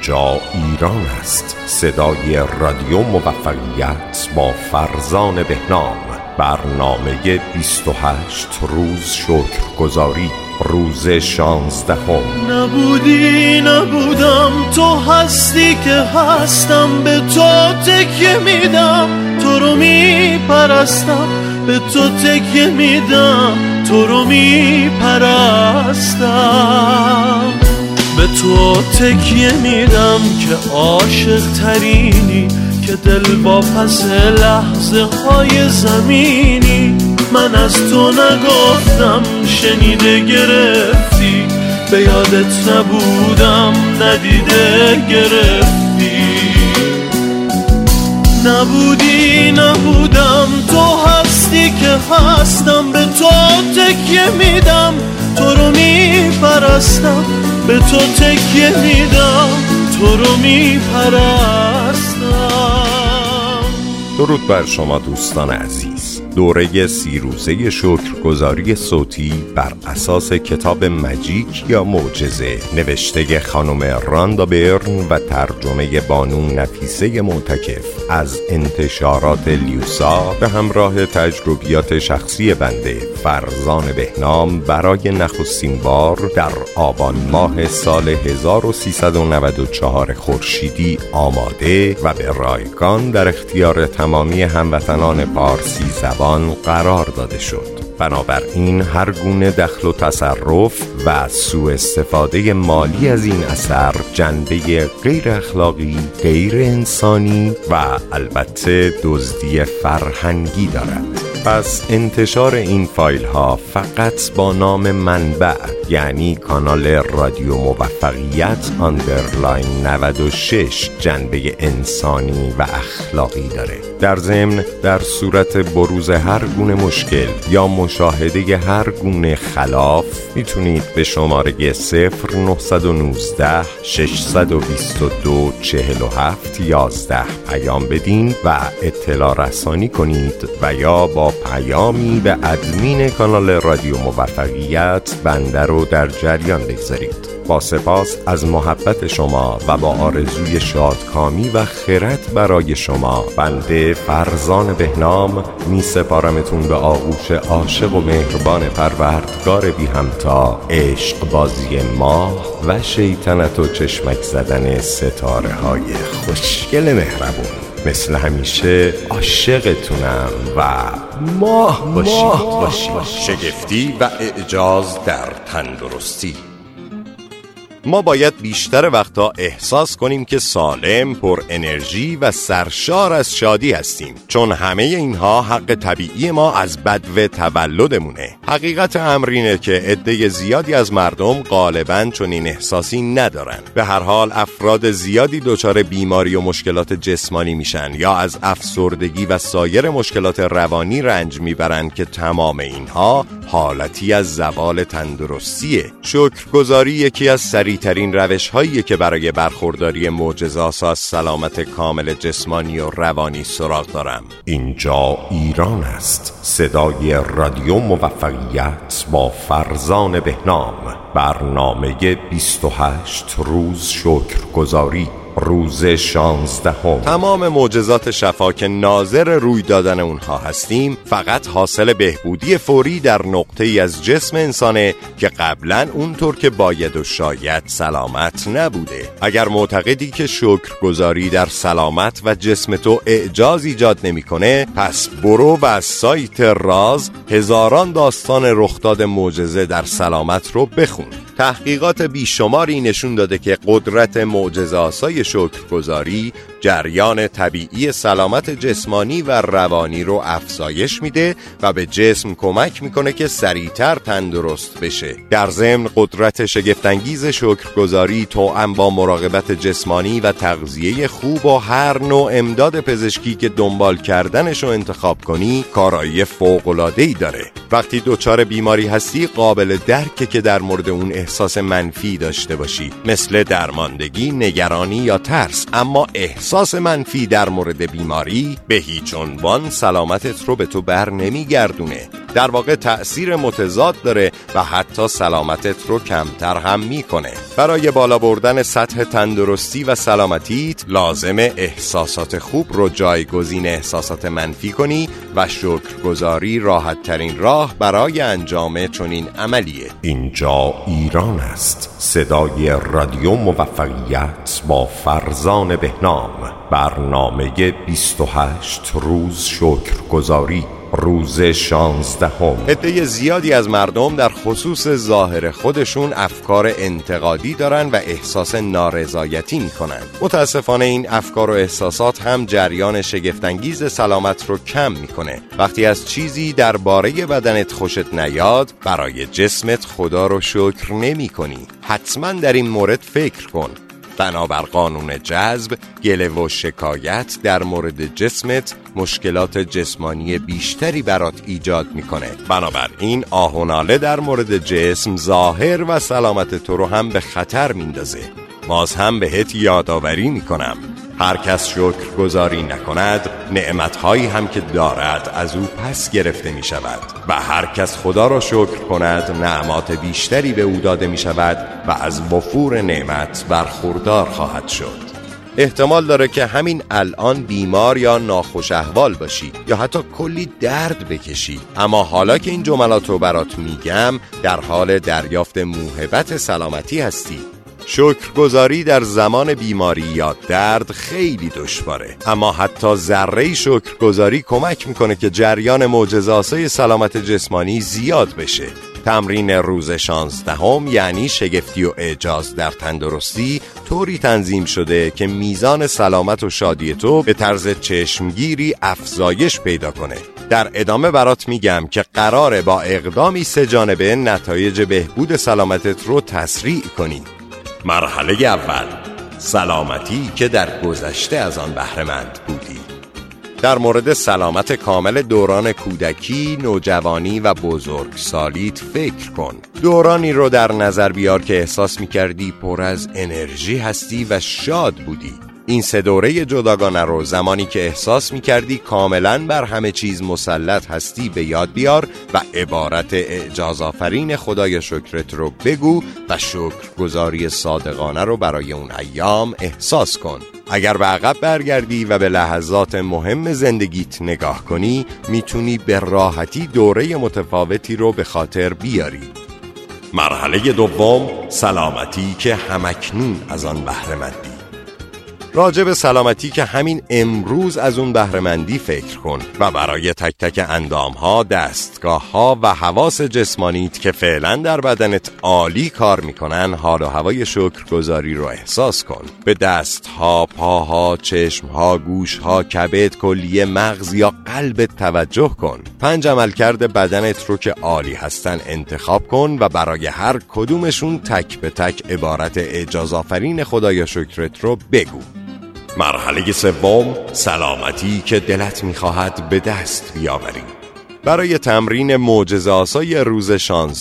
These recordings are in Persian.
اینجا ایران است. صدای رادیو موفقیت با فرزان بهنام. برنامه 28 روز شکرگزاری، روز 16. نبودی نبودم، تو هستی که هستم، به تو تکیه میدم، تو رو میپرستم، به تو تکیه میدم، تو رو میپرستم، به تو تکیه میدم که عاشق ترینی، که دل با پس لحظه های زمینی. من از تو نگفتم شنیده گرفتی، به یادت نبودم ندیده گرفتی. نبودی نبودم، تو هستی که هستم، به تو تکیه میدم، تو رو میپرستم، به تو تکیه میدم، تو رو میپرستم. درود بر شما دوستان عزیز. دوره 30 روزه شکرگزاری صوتی بر اساس کتاب مجیک یا معجزه نوشته خانم راندا برن و ترجمه بانو نفیسه معتکف از انتشارات لیوسا به همراه تجربیات شخصی بنده فرزان بهنام برای نخستین بار در آبان ماه سال 1394 خورشیدی آماده و به رایگان در اختیار تمامی هموطنان پارسی زبان قرار داده شد. بنابراین هر گونه دخل و تصرف و سوء استفاده مالی از این اثر جنبه غیر اخلاقی، غیر انسانی و البته دزدی فرهنگی دارد. پس انتشار این فایل ها فقط با نام منبع، یعنی کانال رادیو موفقیت _ 96 جنبه انسانی و اخلاقی داره. در ضمن در صورت بروز هر گونه مشکل یا مشاهده هر گونه خلاف میتونید به شماره 0919 622 47 11 پیام بدین و اطلاع رسانی کنید و یا با پیامی به ادمین کانال رادیو موفقیت بنده رو در جریان بگذارید. با سپاس از محبت شما و با آرزوی شادکامی و خیرت برای شما، بنده فرزان بهنام می سپارمتون به آغوش عاشق و مهربان پروردگار بی همتا، عشق بازی ماه و شیطنت و چشمک زدن ستاره های خوشگل مهربون. مثل همیشه عاشقتونم و ماه باشید. شگفتی و اعجاز در تندرستی. ما باید بیشتر وقتا احساس کنیم که سالم، پر انرژی و سرشار از شادی هستیم، چون همه اینها حق طبیعی ما از بدو تولدمونه. حقیقت امر اینه که عده زیادی از مردم غالباً چنین احساسی ندارن. به هر حال افراد زیادی دچار بیماری و مشکلات جسمانی میشن یا از افسردگی و سایر مشکلات روانی رنج میبرن که تمام اینها حالتی از زوال تندرستیه. شکرگزاری یکی از سریع‌ترین روش‌هاییه که برای برخورداری معجزات از سلامت کامل جسمانی و روانی سراغ دارم. اینجا ایران است. صدای رادیو موفقیت با فرزان بهنام. برنامه 28 روز شکرگزاری، روز 16. تمام معجزات شفا که ناظر روی دادن اونها هستیم فقط حاصل بهبودی فوری در نقطه‌ای از جسم انسانه که قبلا اونطور که باید و شاید سلامت نبوده. اگر معتقدی که شکرگزاری در سلامت و جسم تو اعجاز ایجاد نمی‌کنه، پس برو و از سایت راز هزاران داستان رخداد معجزه در سلامت رو بخون. تحقیقات بیشماری نشون داده که قدرت معجزه‌آسای شکرگزاری جریان طبیعی سلامت جسمانی و روانی رو افزایش میده و به جسم کمک میکنه که سریعتر تندرست بشه. در ضمن قدرت شگفت‌انگیز شکرگزاری توأم با مراقبت جسمانی و تغذیه خوب و هر نوع امداد پزشکی که دنبال کردنش رو انتخاب کنی کارایی فوق‌العاده‌ای داره. وقتی دچار بیماری هستی قابل درکه که در مورد اون احساس منفی داشته باشی، مثل درماندگی، نگرانی یا ترس، اما احساس منفی در مورد بیماری به هیچ عنوان سلامتت رو به تو بر نمیگردونه. در واقع تأثیر متضاد داره و حتی سلامتت رو کمتر هم میکنه. برای بالا بردن سطح تندرستی و سلامتیت لازمه احساسات خوب رو جایگزین احساسات منفی کنی و شکرگزاری راحت ترین راه برای انجام چنین عملیه. اینجا ایران است. صدای رادیو موفقیت با فرزان بهنام. برنامه 28 روز شکرگزاری، روز 16. عده زیادی از مردم در خصوص ظاهر خودشون افکار انتقادی دارن و احساس نارضایتی میکنن. متاسفانه این افکار و احساسات هم جریان شگفت‌انگیز سلامت رو کم میکنه. وقتی از چیزی درباره بدنت خوشت نیاد، برای جسمت خدا رو شکر نمی‌کنی. حتما در این مورد فکر کن. بنابر قانون جذب، گله و شکایت در مورد جسمت مشکلات جسمانی بیشتری برات ایجاد میکنه. بنابراین آه و ناله در مورد جسم، ظاهر و سلامت تو رو هم به خطر میندازه. باز هم بهت یادآوری میکنم، هر کس شکرگزاری نکند، نعمتهایی هم که دارد از او پس گرفته می شود و هر کس خدا را شکر کند، نعمات بیشتری به او داده می شود و از وفور نعمت برخوردار خواهد شد. احتمال داره که همین الان بیمار یا ناخوش احوال باشی یا حتی کلی درد بکشی، اما حالا که این جملات رو برات میگم، در حال دریافت موهبت سلامتی هستی. شکرگزاری در زمان بیماری یا درد خیلی دشواره، اما حتی ذره شکرگزاری کمک میکنه که جریان معجزه‌آسای سلامت جسمانی زیاد بشه. تمرین روز 16 یعنی شگفتی و اعجاز در تندرستی طوری تنظیم شده که میزان سلامت و شادی تو به طرز چشمگیری افزایش پیدا کنه. در ادامه برات میگم که قراره با اقدامی 3 جانبه نتایج بهبود سلامتت رو تسریع کنی. مرحله اول، سلامتی که در گذشته از آن بهره‌مند بودی. در مورد سلامت کامل دوران کودکی، نوجوانی و بزرگسالیت فکر کن. دورانی رو در نظر بیار که احساس می‌کردی پر از انرژی هستی و شاد بودی. این 3 دوره جداگانه رو زمانی که احساس می‌کردی کاملاً بر همه چیز مسلط هستی به یاد بیار و عبارت اعجازآفرین خدای شکرت رو بگو و شکرگزاری صادقانه رو برای اون ایام احساس کن. اگر به عقب برگردی و به لحظات مهم زندگیت نگاه کنی، میتونی به راحتی دوره متفاوتی رو به خاطر بیاری. مرحله دوم، سلامتی که همکنون از آن بهره‌مندی. راجع به سلامتی که همین امروز از اون بهره‌مندی فکر کن و برای تک تک اندام‌ها، دستگاه‌ها و حواس جسمانیت که فعلا در بدنت عالی کار میکنن، حال و هوای شکرگزاری رو احساس کن. به دست‌ها، پاها، چشم‌ها، گوش‌ها، کبد، کلیه مغز یا قلبت توجه کن. 5 عملکرد بدنت رو که عالی هستن انتخاب کن و برای هر کدومشون تک به تک عبارت اعجازآفرین خدای شکرت رو بگو. مرحله سوم، سلامتی که دلت می‌خواهد به دست بیاوری. برای تمرین معجزه‌آسای روز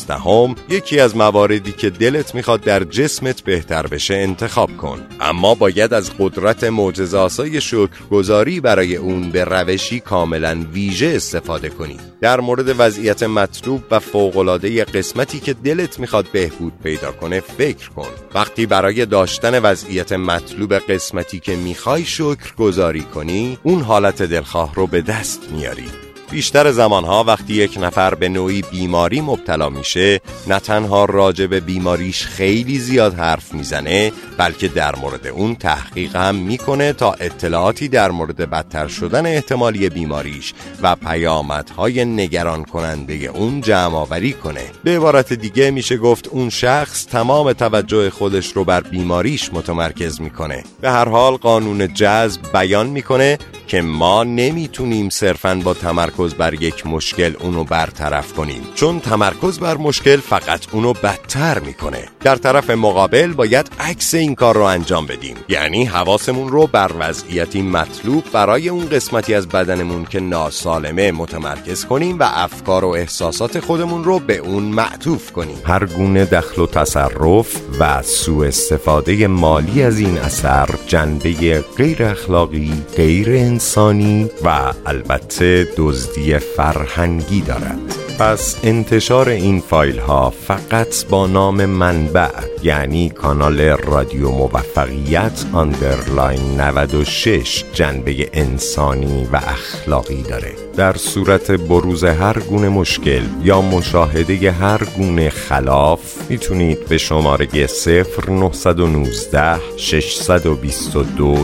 16 یکی از مواردی که دلت میخواد در جسمت بهتر بشه انتخاب کن، اما باید از قدرت معجزه‌آسای شکرگزاری برای اون به روشی کاملا ویژه استفاده کنی. در مورد وضعیت مطلوب و فوق‌العاده قسمتی که دلت میخواد بهبود پیدا کنه فکر کن. وقتی برای داشتن وضعیت مطلوب قسمتی که میخوای شکرگزاری کنی، اون حالت دلخواه رو به دست میاری. بیشتر زمانها وقتی یک نفر به نوعی بیماری مبتلا میشه، نه تنها راجع به بیماریش خیلی زیاد حرف میزنه، بلکه در مورد اون تحقیق هم میکنه تا اطلاعاتی در مورد بدتر شدن احتمالی بیماریش و پیامدهای نگران کننده اون جمع آوری کنه. به عبارت دیگه میشه گفت اون شخص تمام توجه خودش رو بر بیماریش متمرکز میکنه. به هر حال قانون جذب بیان میکنه که ما نمیتونیم صرفاً با تمرکز بر یک مشکل اونو برطرف کنیم، چون تمرکز بر مشکل فقط اونو بدتر میکنه. در طرف مقابل باید عکس این کار رو انجام بدیم، یعنی حواسمون رو بر وضعیتی مطلوب برای اون قسمتی از بدنمون که ناسالمه متمرکز کنیم و افکار و احساسات خودمون رو به اون معطوف کنیم. هر گونه دخل و تصرف و سوء استفاده مالی از این اثر جنبه غیر اخلاقی، غیر انسانی و البته دزدی فرهنگی دارد. پس انتشار این فایل ها فقط با نام منبع، یعنی کانال رادیو موفقیت _ 96 جنبه انسانی و اخلاقی داره. در صورت بروز هر گونه مشکل یا مشاهده هر گونه خلاف میتونید به شماره 0919 622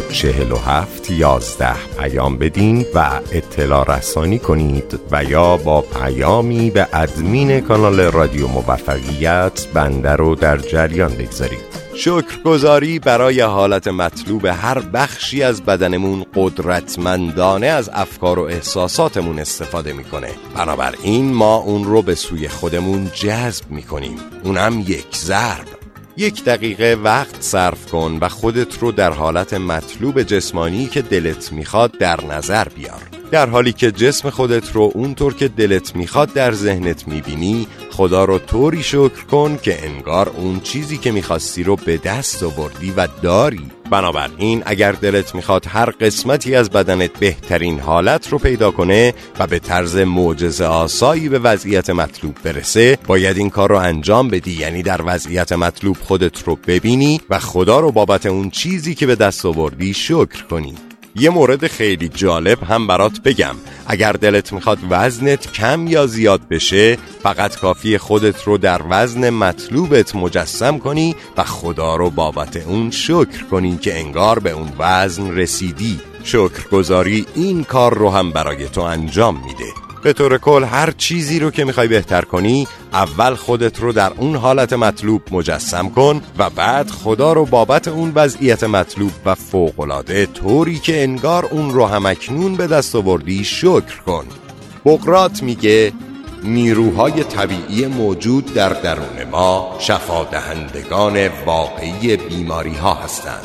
47 11 پیام بدین و اطلاع رسانی کنید و یا با پیامی به ادمین کانال رادیو موفقیت بنده رو در جریان بگذارید. شکرگزاری برای حالت مطلوب هر بخشی از بدنمون قدرتمندانه از افکار و احساساتمون استفاده میکنه. بنابراین ما اون رو به سوی خودمون جذب میکنیم، اونم یک ضرب. 1 دقیقه وقت صرف کن و خودت رو در حالت مطلوب جسمانی که دلت میخواد در نظر بیار. در حالی که جسم خودت رو اونطور که دلت میخواد در ذهنت میبینی، خدا رو طوری شکر کن که انگار اون چیزی که میخواستی رو به دست آوردی و داری. بنابراین اگر دلت میخواد هر قسمتی از بدنت بهترین حالت رو پیدا کنه و به طرز معجزه آسایی به وضعیت مطلوب برسه، باید این کار رو انجام بدی، یعنی در وضعیت مطلوب خودت رو ببینی و خدا رو بابت اون چیزی که به دست آوردی شکر کنی. یه مورد خیلی جالب هم برات بگم. اگر دلت میخواد وزنت کم یا زیاد بشه، فقط کافیه خودت رو در وزن مطلوبت مجسم کنی و خدا رو بابت اون شکر کنی که انگار به اون وزن رسیدی. شکرگزاری این کار رو هم برای تو انجام میده. به طور کل هر چیزی رو که میخوای بهتر کنی، اول خودت رو در اون حالت مطلوب مجسم کن و بعد خدا رو بابت اون وضعیت مطلوب و فوق‌العاده طوری که انگار اون رو همکنون به دست آوردی شکر کن. بقراط میگه نیروهای طبیعی موجود در درون ما شفادهندگان واقعی بیماری ها هستند.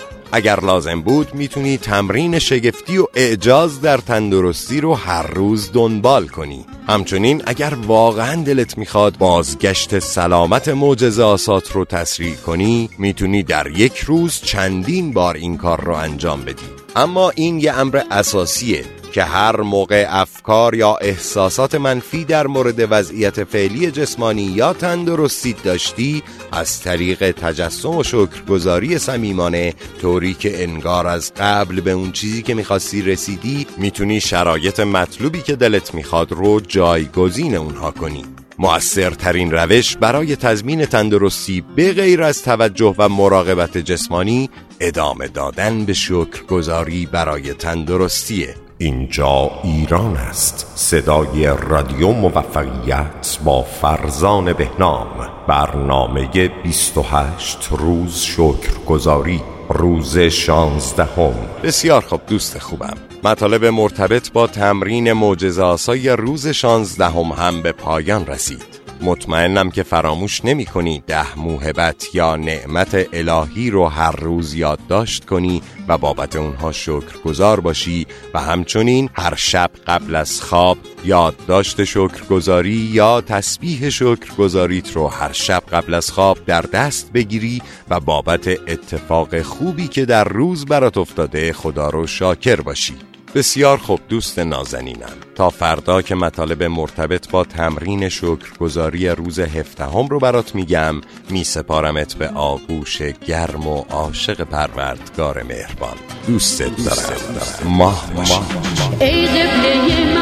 اگر لازم بود میتونی تمرین شگفتی و اعجاز در تندرستی رو هر روز دنبال کنی. همچنین اگر واقعا دلت میخواد بازگشت سلامت معجزه آسات رو تسریع کنی، میتونی در 1 روز چندین بار این کار رو انجام بدی. اما این یه امر اساسیه که هر موقع افکار یا احساسات منفی در مورد وضعیت فعلی جسمانی یا تندرستی داشتی، از طریق تجسم و شکرگزاری صمیمانه، طوری که انگار از قبل به اون چیزی که میخواستی رسیدی، میتونی شرایط مطلوبی که دلت میخواد رو جایگزین اونها کنی. مؤثرترین روش برای تضمین تندرستی به غیر از توجه و مراقبت جسمانی، ادامه دادن به شکرگزاری برای تندرستیه. اینجا ایران است. صدای رادیو موفقیت با فرزان بهنام. برنامه 28 روز شکرگزاری، روز 16. بسیار خوب دوست خوبم، مطالب مرتبط با تمرین معجزه آسای روز 16 هم به پایان رسید. مطمئنم که فراموش نمی کنی 10 موهبت یا نعمت الهی رو هر روز یادداشت کنی و بابت اونها شکرگزار باشی و همچنین هر شب قبل از خواب یادداشت شکرگزاری یا تسبیح شکرگزاریت رو هر شب قبل از خواب در دست بگیری و بابت اتفاق خوبی که در روز برات افتاده خدا رو شاکر باشی. بسیار خوب دوست نازنینم، تا فردا که مطالب مرتبط با تمرین شکرگزاری روز 17 رو برات میگم، میسپارمت به آغوش گرم و عاشق پروردگار مهربان. دوست دارم. ماه باشی.